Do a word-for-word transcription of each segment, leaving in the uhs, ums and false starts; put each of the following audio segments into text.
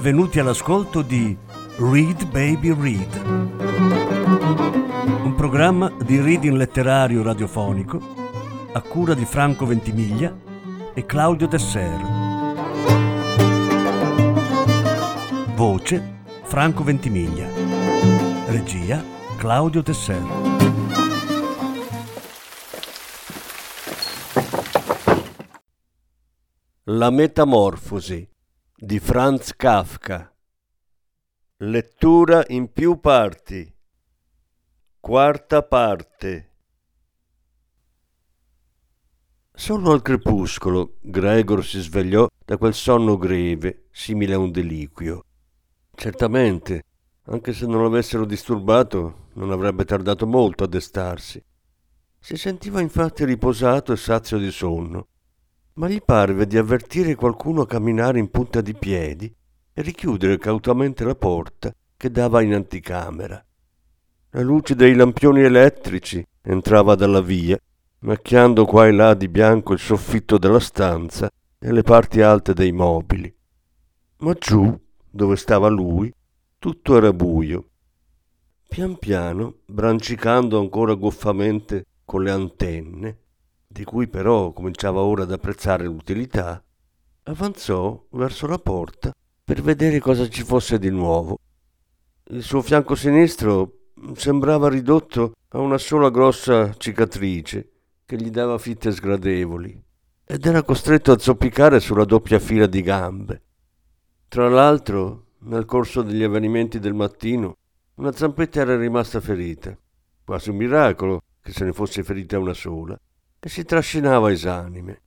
benvenuti all'ascolto di Read Baby Read, un programma di reading letterario radiofonico a cura di Franco Ventimiglia e Claudio Desser. Voce Franco Ventimiglia. Regia Claudio Desser. La metamorfosi di Franz Kafka. Lettura in più parti. Quarta parte. Solo al crepuscolo Gregor si svegliò da quel sonno greve, simile a un deliquio. Certamente, anche se non l'avessero disturbato, non avrebbe tardato molto a destarsi. Si sentiva infatti riposato e sazio di sonno, ma gli parve di avvertire qualcuno camminare in punta di piedi e richiudere cautamente la porta che dava in anticamera. La luce dei lampioni elettrici entrava dalla via, macchiando qua e là di bianco il soffitto della stanza e le parti alte dei mobili. Ma giù, dove stava lui, tutto era buio. Pian piano, brancicando ancora goffamente con le antenne, di cui però cominciava ora ad apprezzare l'utilità, avanzò verso la porta per vedere cosa ci fosse di nuovo. Il suo fianco sinistro sembrava ridotto a una sola grossa cicatrice che gli dava fitte sgradevoli ed era costretto a zoppicare sulla doppia fila di gambe. Tra l'altro, nel corso degli avvenimenti del mattino, una zampetta era rimasta ferita, quasi un miracolo che se ne fosse ferita una sola, e si trascinava esanime.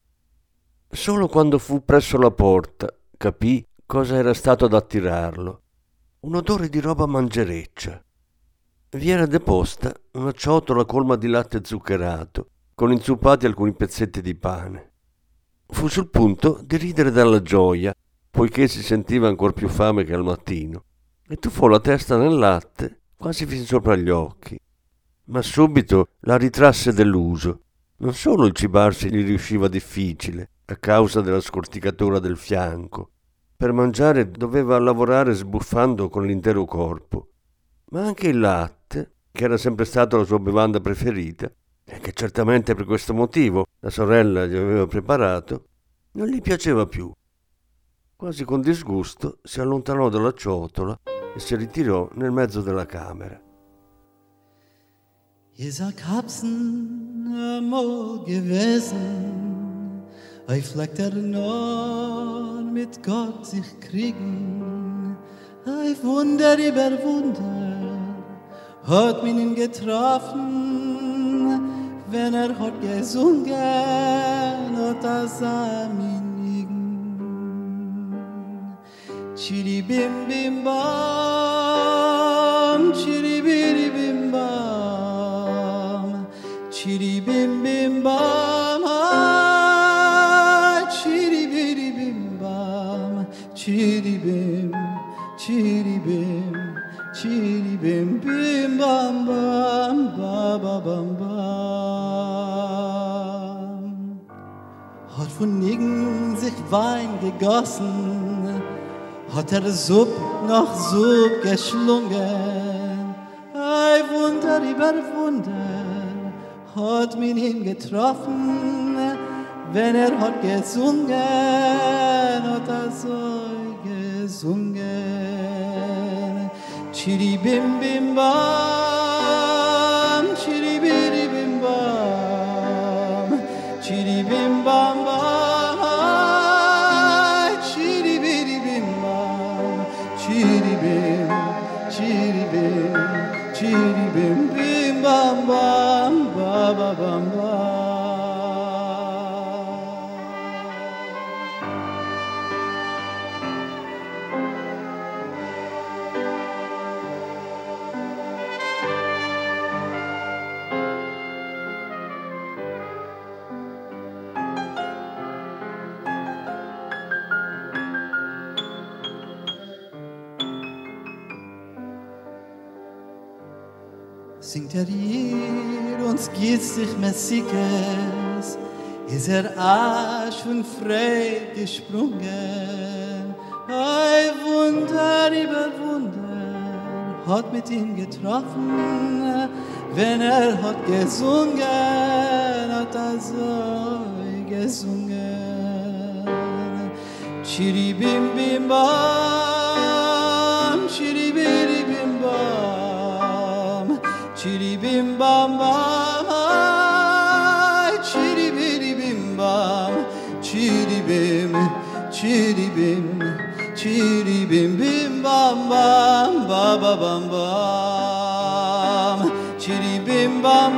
Solo quando fu presso la porta capì cosa era stato ad attirarlo: un odore di roba mangereccia. Vi era deposta una ciotola colma di latte zuccherato, con inzuppati alcuni pezzetti di pane. Fu sul punto di ridere dalla gioia, poiché si sentiva ancor più fame che al mattino, e tuffò la testa nel latte quasi fin sopra gli occhi. Ma subito la ritrasse deluso. Non solo il cibarsi gli riusciva difficile, a causa della scorticatura del fianco. Per mangiare doveva lavorare sbuffando con l'intero corpo, ma anche il latte, che era sempre stato la sua bevanda preferita, e che certamente per questo motivo la sorella gli aveva preparato, non gli piaceva più. Quasi con disgusto si allontanò dalla ciotola e si ritirò nel mezzo della camera. Isaac Hobson einmal gewesen, ein Fleck der Nord mit Gott sich kriegen, ein Wunder über Wunder hat mich ihn getroffen, wenn er hat gesungen, hat er sah mich liegen. Chiri bim bim bam, chiri biri bim bam, chiri bim bim bam, ah, chiri biri bim bam, chiri bim, chiri bim, chiri bim bim bam bam, ba ba bam bam. Hat von Nigen sich Wein gegossen, hat er Sub nach Sub geschlungen. Ein Wunder über Wunder hat mich ihn getroffen, wenn er hat gesungen, hat er so gesungen. Chiri bim bim bam, chiri biri bim bam, chiri bim bam bam, chiri biri bim bam, chiri bim, chiri bim, chiri bim bim bam bam, ba ba bam bam. Singt er hier uns gießt sich Messikes, ist er asch und frei gesprungen. Ein Wunder über Wunder hat mit ihm getroffen, wenn er hat gesungen, hat er so gesungen. Chiribim bim bam, chiribiribim bam, chiribim bam bam, chiribiribim bam, chiribim, chiribim, chiribim bim bam bam, ba ba bam bam, chiribim bam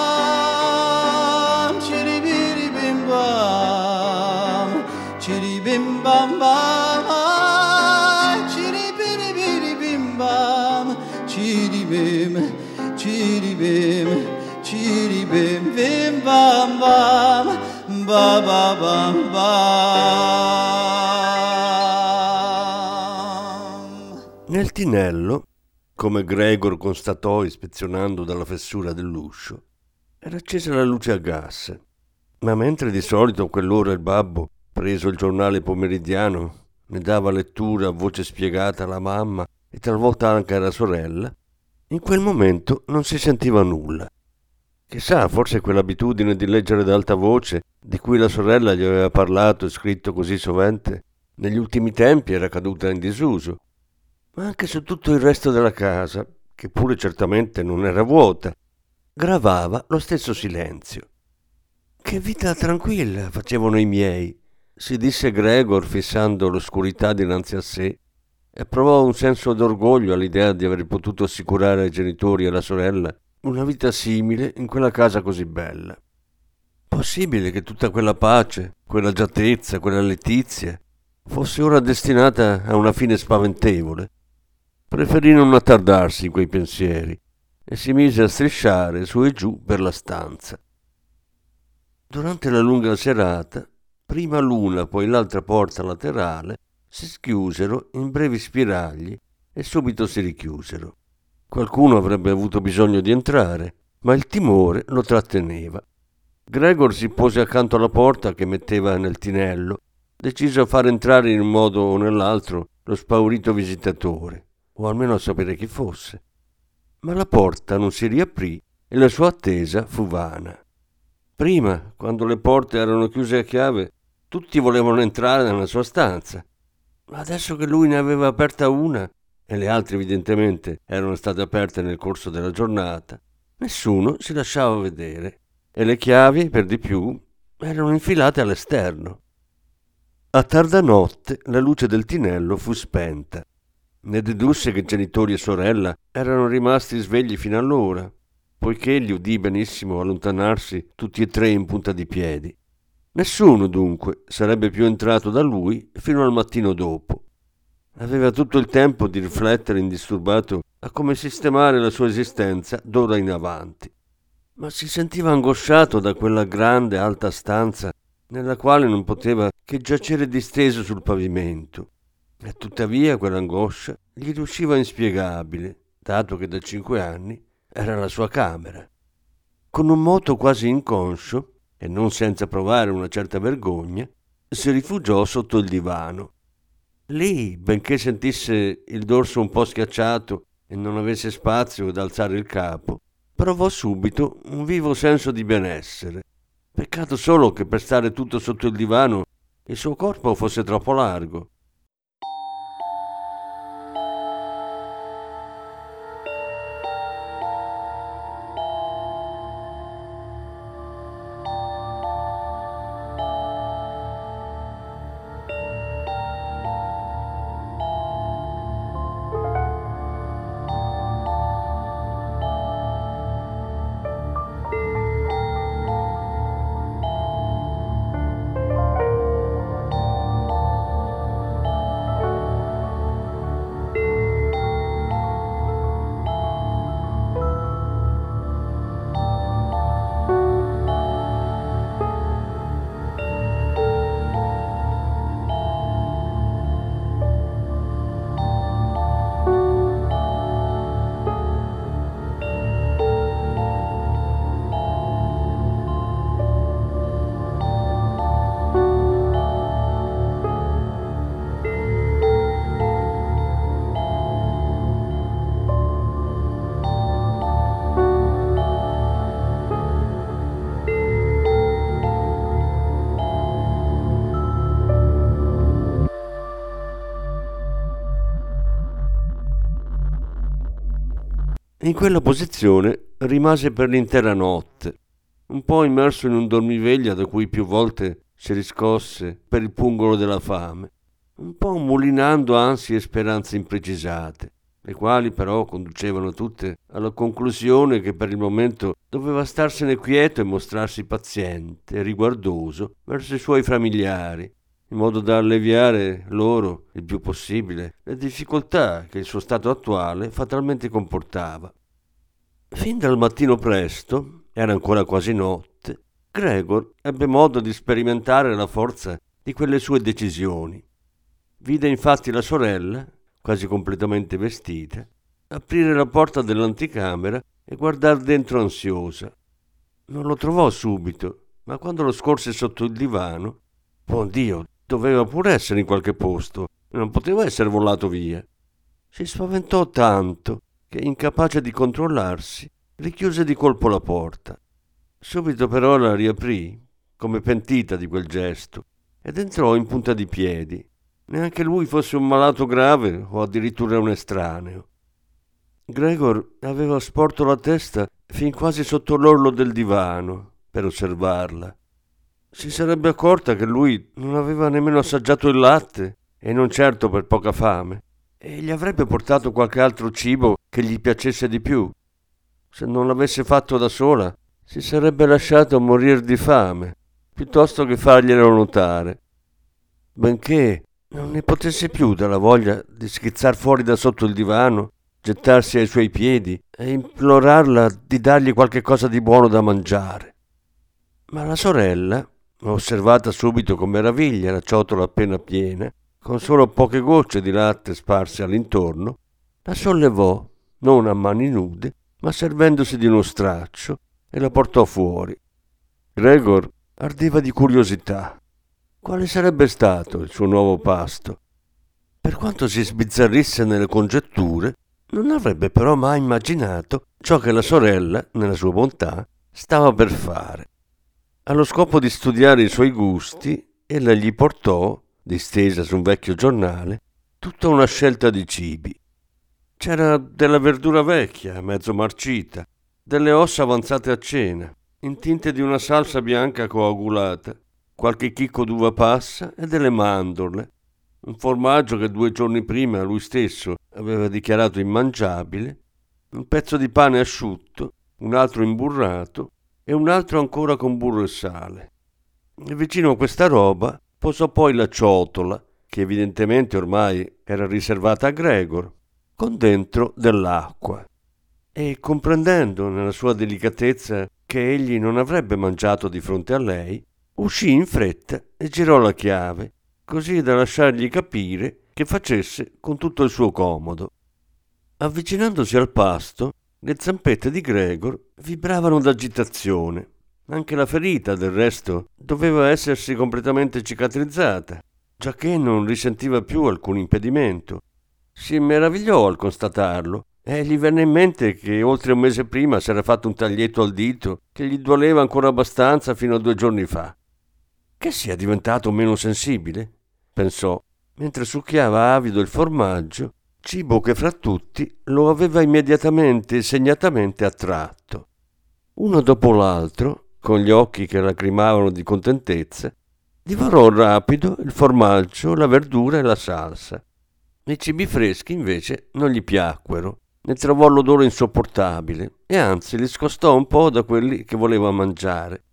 bam, chiribiribim bam, chiribim bam bam, chiribiribim bam, chiribim, chiribim, chiribim bim bam bam, ba ba bam bam. Nel tinello, come Gregor constatò ispezionando dalla fessura dell'uscio, era accesa la luce a gas, ma mentre di solito a quell'ora il babbo, preso il giornale pomeridiano, ne dava lettura a voce spiegata alla mamma e talvolta anche alla sorella, in quel momento non si sentiva nulla. Chissà, forse quell'abitudine di leggere ad alta voce, di cui la sorella gli aveva parlato e scritto così sovente, negli ultimi tempi era caduta in disuso. Ma anche su tutto il resto della casa, che pure certamente non era vuota, gravava lo stesso silenzio. Che vita tranquilla facevano i miei, si disse Gregor fissando l'oscurità dinanzi a sé, e provò un senso d'orgoglio all'idea di aver potuto assicurare ai genitori e alla sorella una vita simile in quella casa così bella. Possibile che tutta quella pace, quella agiatezza, quella letizia fosse ora destinata a una fine spaventevole? Preferì non attardarsi in quei pensieri e si mise a strisciare su e giù per la stanza. Durante la lunga serata, prima l'una poi l'altra porta laterale si schiusero in brevi spiragli e subito si richiusero. Qualcuno avrebbe avuto bisogno di entrare, ma il timore lo tratteneva. Gregor si pose accanto alla porta che metteva nel tinello, deciso a far entrare in un modo o nell'altro lo spaurito visitatore, o almeno a sapere chi fosse. Ma la porta non si riaprì e la sua attesa fu vana. Prima, quando le porte erano chiuse a chiave, tutti volevano entrare nella sua stanza. Ma adesso che lui ne aveva aperta una, e le altre evidentemente erano state aperte nel corso della giornata, nessuno si lasciava vedere, e le chiavi, per di più, erano infilate all'esterno. A tarda notte la luce del tinello fu spenta. Ne dedusse che genitori e sorella erano rimasti svegli fino allora, poiché li udì benissimo allontanarsi tutti e tre in punta di piedi. Nessuno, dunque, sarebbe più entrato da lui fino al mattino dopo. Aveva tutto il tempo di riflettere indisturbato a come sistemare la sua esistenza d'ora in avanti. Ma si sentiva angosciato da quella grande alta stanza nella quale non poteva che giacere disteso sul pavimento. E tuttavia quell'angoscia gli riusciva inspiegabile, dato che da cinque anni era la sua camera. Con un moto quasi inconscio, e non senza provare una certa vergogna, si rifugiò sotto il divano. Lì, benché sentisse il dorso un po' schiacciato e non avesse spazio ad alzare il capo, provò subito un vivo senso di benessere. Peccato solo che per stare tutto sotto il divano il suo corpo fosse troppo largo. In quella posizione rimase per l'intera notte, un po' immerso in un dormiveglia da cui più volte si riscosse per il pungolo della fame, un po' mulinando ansie e speranze imprecisate, le quali però conducevano tutte alla conclusione che per il momento doveva starsene quieto e mostrarsi paziente e riguardoso verso i suoi familiari, in modo da alleviare loro il più possibile le difficoltà che il suo stato attuale fatalmente comportava. Fin dal mattino presto, era ancora quasi notte, Gregor ebbe modo di sperimentare la forza di quelle sue decisioni. Vide infatti la sorella, quasi completamente vestita, aprire la porta dell'anticamera e guardar dentro ansiosa. Non lo trovò subito, ma quando lo scorse sotto il divano, buon Dio, doveva pure essere in qualche posto, non poteva essere volato via. Si spaventò tanto che, incapace di controllarsi, richiuse di colpo la porta. Subito però la riaprì, come pentita di quel gesto, ed entrò in punta di piedi. Neanche lui fosse un malato grave o addirittura un estraneo. Gregor aveva sporto la testa fin quasi sotto l'orlo del divano per osservarla. Si sarebbe accorta che lui non aveva nemmeno assaggiato il latte, e non certo per poca fame, e gli avrebbe portato qualche altro cibo che gli piacesse di più. Se non l'avesse fatto da sola, si sarebbe lasciato morir di fame, piuttosto che farglielo notare. Benché non ne potesse più dalla voglia di schizzar fuori da sotto il divano, gettarsi ai suoi piedi e implorarla di dargli qualche cosa di buono da mangiare. Ma la sorella, osservata subito con meraviglia la ciotola appena piena, con solo poche gocce di latte sparse all'intorno, la sollevò, non a mani nude, ma servendosi di uno straccio, e la portò fuori. Gregor ardeva di curiosità. Quale sarebbe stato il suo nuovo pasto? Per quanto si sbizzarrisse nelle congetture, non avrebbe però mai immaginato ciò che la sorella, nella sua bontà, stava per fare. Allo scopo di studiare i suoi gusti, ella gli portò, distesa su un vecchio giornale, tutta una scelta di cibi. C'era della verdura vecchia, mezzo marcita, delle ossa avanzate a cena, intinte di una salsa bianca coagulata, qualche chicco d'uva passa e delle mandorle, un formaggio che due giorni prima lui stesso aveva dichiarato immangiabile, un pezzo di pane asciutto, un altro imburrato e un altro ancora con burro e sale. E vicino a questa roba posò poi la ciotola, che evidentemente ormai era riservata a Gregor, con dentro dell'acqua. E comprendendo nella sua delicatezza che egli non avrebbe mangiato di fronte a lei, uscì in fretta e girò la chiave, così da lasciargli capire che facesse con tutto il suo comodo. Avvicinandosi al pasto, le zampette di Gregor vibravano d'agitazione. Anche la ferita, del resto, doveva essersi completamente cicatrizzata, giacché non risentiva più alcun impedimento. Si meravigliò al constatarlo e gli venne in mente che oltre un mese prima s'era fatto un taglietto al dito che gli doleva ancora abbastanza fino a due giorni fa. Che sia diventato meno sensibile? Pensò, mentre succhiava avido il formaggio, cibo che fra tutti lo aveva immediatamente e segnatamente attratto. Uno dopo l'altro, con gli occhi che lacrimavano di contentezza, divorò rapido il formaggio, la verdura e la salsa. I cibi freschi invece non gli piacquero, ne trovò l'odore insopportabile e anzi li scostò un po' da quelli che voleva mangiare.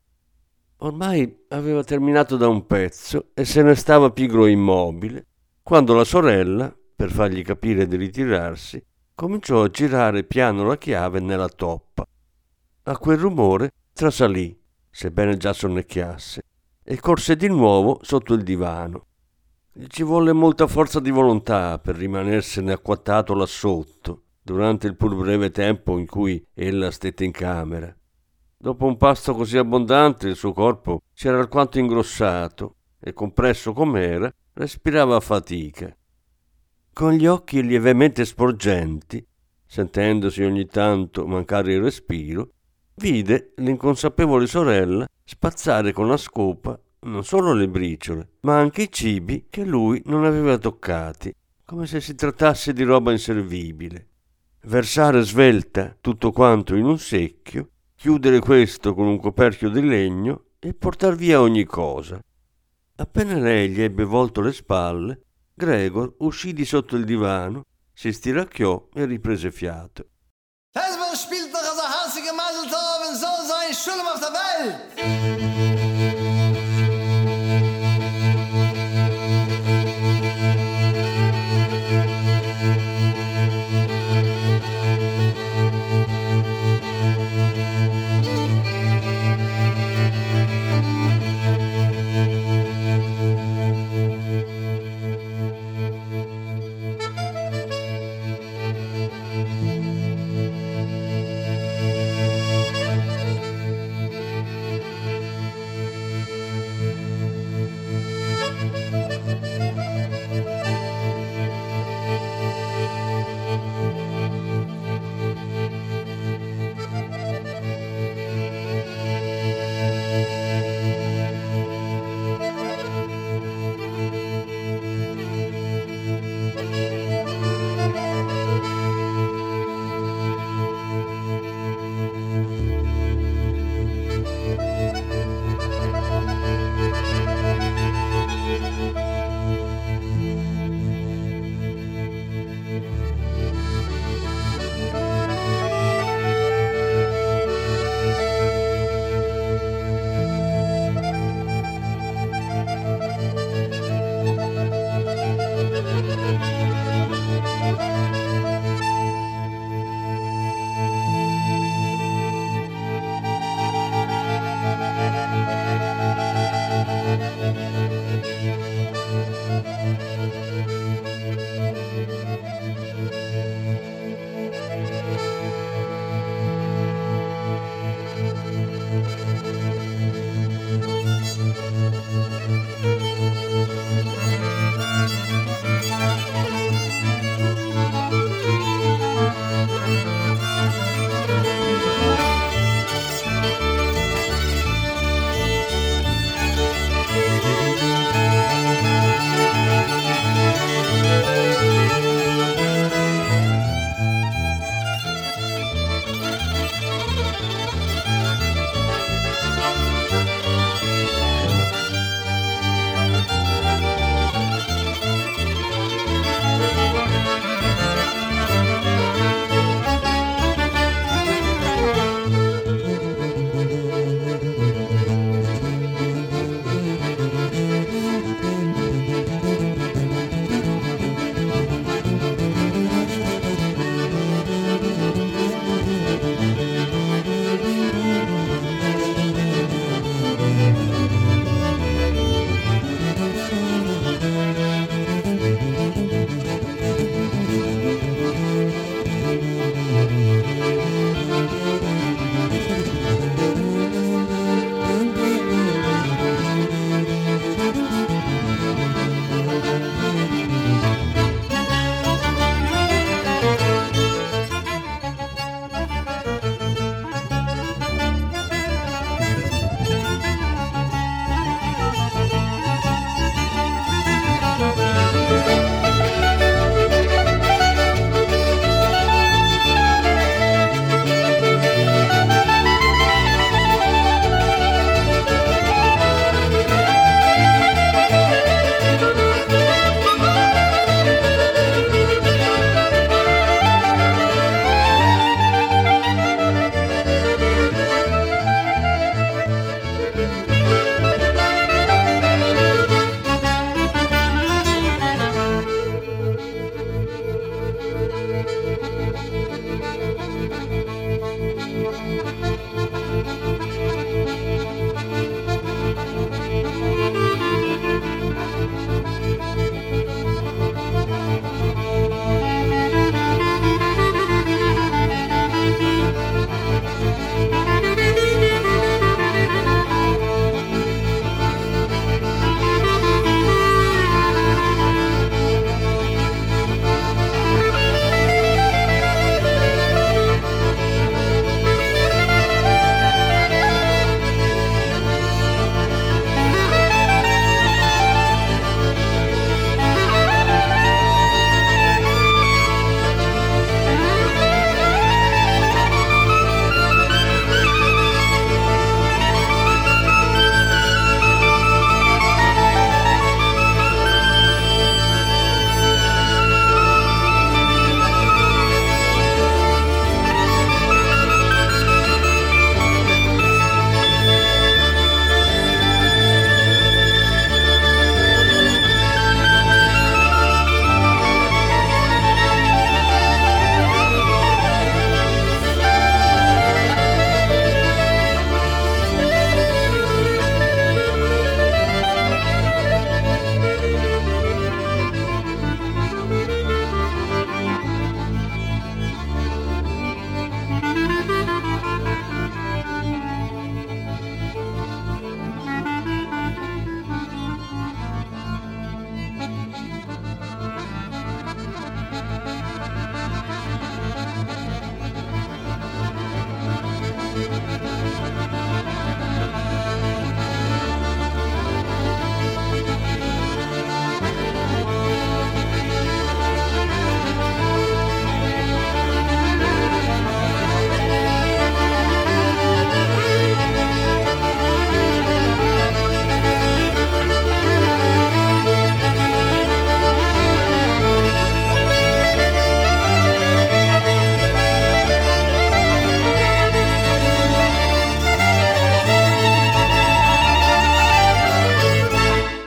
Ormai aveva terminato da un pezzo e se ne stava pigro e immobile, quando la sorella, per fargli capire di ritirarsi, cominciò a girare piano la chiave nella toppa. A quel rumore trasalì, sebbene già sonnecchiasse, e corse di nuovo sotto il divano. Gli ci volle molta forza di volontà per rimanersene acquattato là sotto, durante il pur breve tempo in cui ella stette in camera. Dopo un pasto così abbondante il suo corpo si era alquanto ingrossato e, compresso com'era, respirava a fatica. Con gli occhi lievemente sporgenti, sentendosi ogni tanto mancare il respiro, vide l'inconsapevole sorella spazzare con la scopa non solo le briciole, ma anche i cibi che lui non aveva toccati, come se si trattasse di roba inservibile. versare svelta tutto quanto in un secchio, chiudere questo con un coperchio di legno e portar via ogni cosa. Appena lei gli ebbe volto le spalle, Gregor uscì di sotto il divano, si stiracchiò e riprese fiato. Fesman spielt doch als ein hassiger Maseltov und so sein Schulm auf der Welt!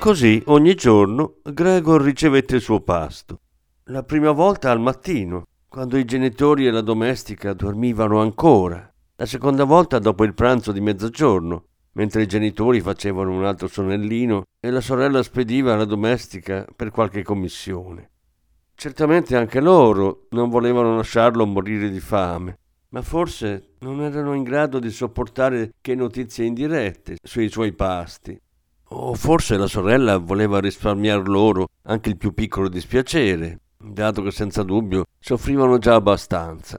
Così ogni giorno Gregor ricevette il suo pasto. La prima volta al mattino, quando i genitori e la domestica dormivano ancora. La seconda volta dopo il pranzo di mezzogiorno, mentre i genitori facevano un altro sonnellino e la sorella spediva alla domestica per qualche commissione. Certamente anche loro non volevano lasciarlo morire di fame, ma forse non erano in grado di sopportare che notizie indirette sui suoi pasti. O forse la sorella voleva risparmiar loro anche il più piccolo dispiacere, dato che senza dubbio soffrivano già abbastanza.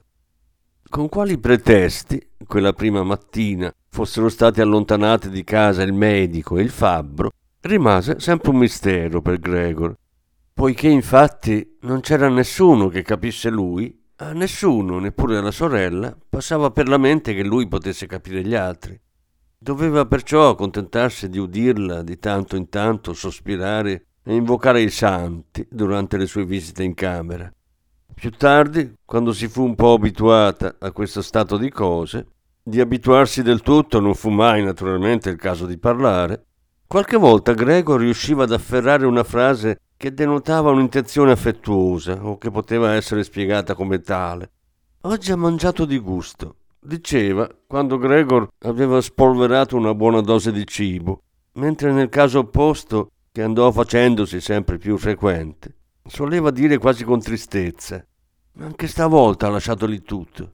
Con quali pretesti, quella prima mattina, fossero stati allontanati di casa il medico e il fabbro, rimase sempre un mistero per Gregor, poiché infatti non c'era nessuno che capisse lui, a nessuno, neppure alla sorella, passava per la mente che lui potesse capire gli altri. Doveva perciò accontentarsi di udirla di tanto in tanto sospirare e invocare i santi durante le sue visite in camera. Più tardi, quando si fu un po' abituata a questo stato di cose, di abituarsi del tutto non fu mai naturalmente il caso di parlare, qualche volta Gregor riusciva ad afferrare una frase che denotava un'intenzione affettuosa o che poteva essere spiegata come tale. «Oggi ha mangiato di gusto», diceva quando Gregor aveva spolverato una buona dose di cibo, mentre nel caso opposto, che andò facendosi sempre più frequente, soleva dire quasi con tristezza: «Anche stavolta ha lasciato lì tutto».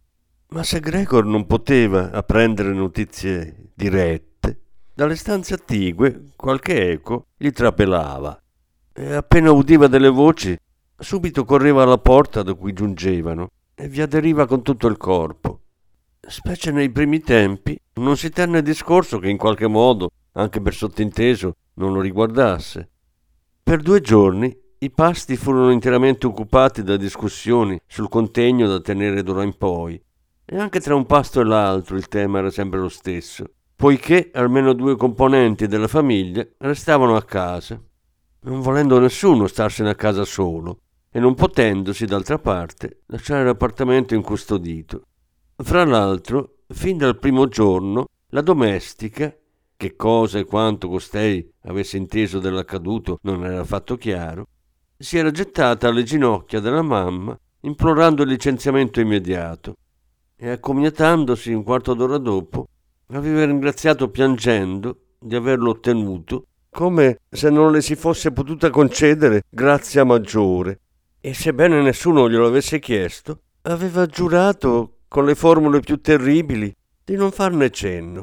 Ma se Gregor non poteva apprendere notizie dirette, dalle stanze attigue qualche eco gli trapelava e appena udiva delle voci subito correva alla porta da cui giungevano e vi aderiva con tutto il corpo. Specie nei primi tempi non si tenne discorso che in qualche modo, anche per sottinteso, non lo riguardasse. Per due giorni i pasti furono interamente occupati da discussioni sul contegno da tenere d'ora in poi, e anche tra un pasto e l'altro il tema era sempre lo stesso, poiché almeno due componenti della famiglia restavano a casa, non volendo nessuno starsene a casa solo e non potendosi d'altra parte lasciare l'appartamento incustodito. Fra l'altro, fin dal primo giorno, la domestica, che cosa e quanto costei avesse inteso dell'accaduto non era affatto chiaro, si era gettata alle ginocchia della mamma implorando il licenziamento immediato e, accomiatandosi un quarto d'ora dopo, aveva ringraziato piangendo di averlo ottenuto, come se non le si fosse potuta concedere grazia maggiore, e sebbene nessuno glielo avesse chiesto, aveva giurato con le formule più terribili di non farne cenno.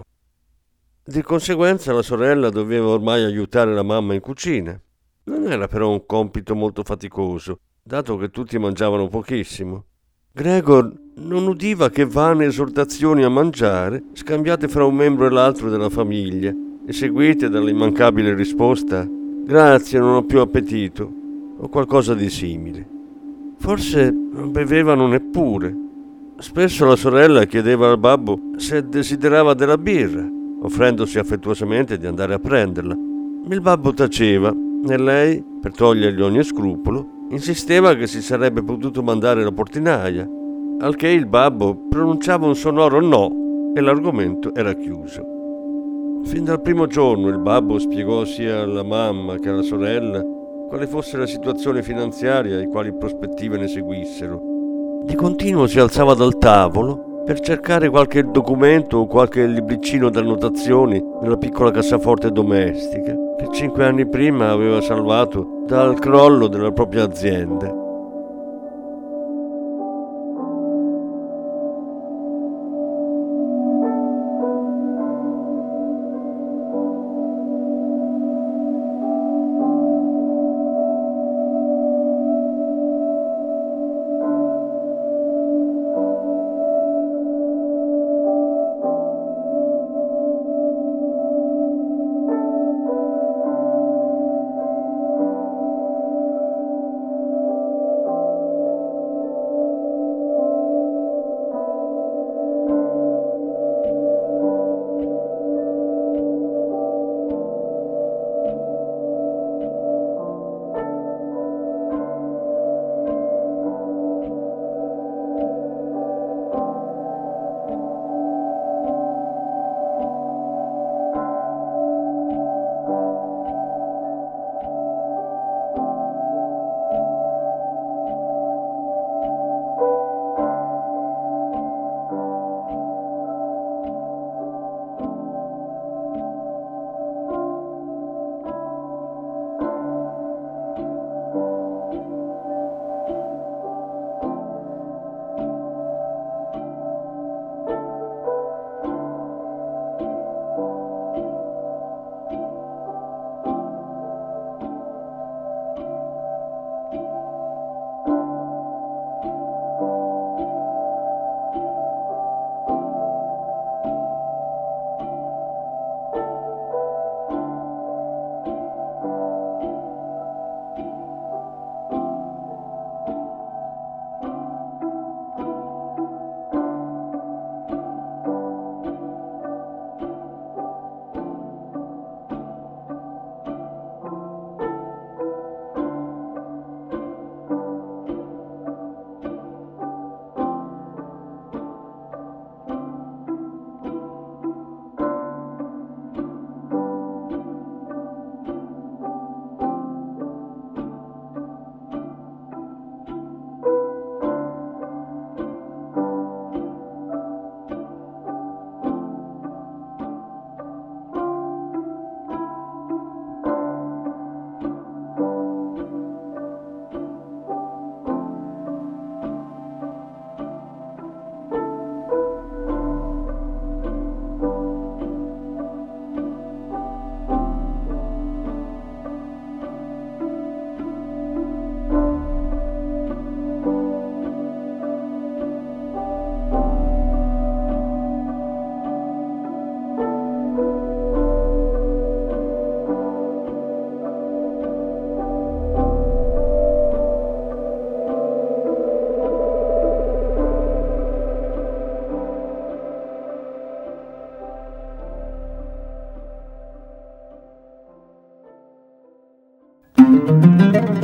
Di conseguenza la sorella doveva ormai aiutare la mamma in cucina. Non era però un compito molto faticoso, dato che tutti mangiavano pochissimo. Gregor non udiva che vane esortazioni a mangiare, scambiate fra un membro e l'altro della famiglia, e seguite dall'immancabile risposta «Grazie, non ho più appetito», o qualcosa di simile. Forse non bevevano neppure. Spesso la sorella chiedeva al babbo se desiderava della birra, offrendosi affettuosamente di andare a prenderla. Il babbo taceva e lei, per togliergli ogni scrupolo, insisteva che si sarebbe potuto mandare la portinaia, al che il babbo pronunciava un sonoro no e l'argomento era chiuso. Fin dal primo giorno il babbo spiegò sia alla mamma che alla sorella quale fosse la situazione finanziaria e quali prospettive ne seguissero. Di continuo si alzava dal tavolo per cercare qualche documento o qualche libricino d'annotazioni nella piccola cassaforte domestica che cinque anni prima aveva salvato dal crollo della propria azienda.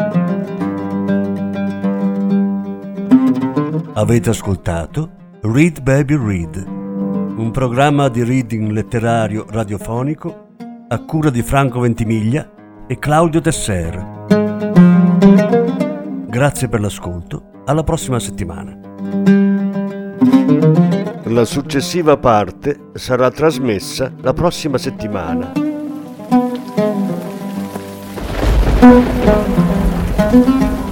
Avete ascoltato Read Baby Read, un programma di reading letterario radiofonico a cura di Franco Ventimiglia e Claudio Tesser. Grazie per l'ascolto, alla prossima settimana. La successiva parte sarà trasmessa la prossima settimana.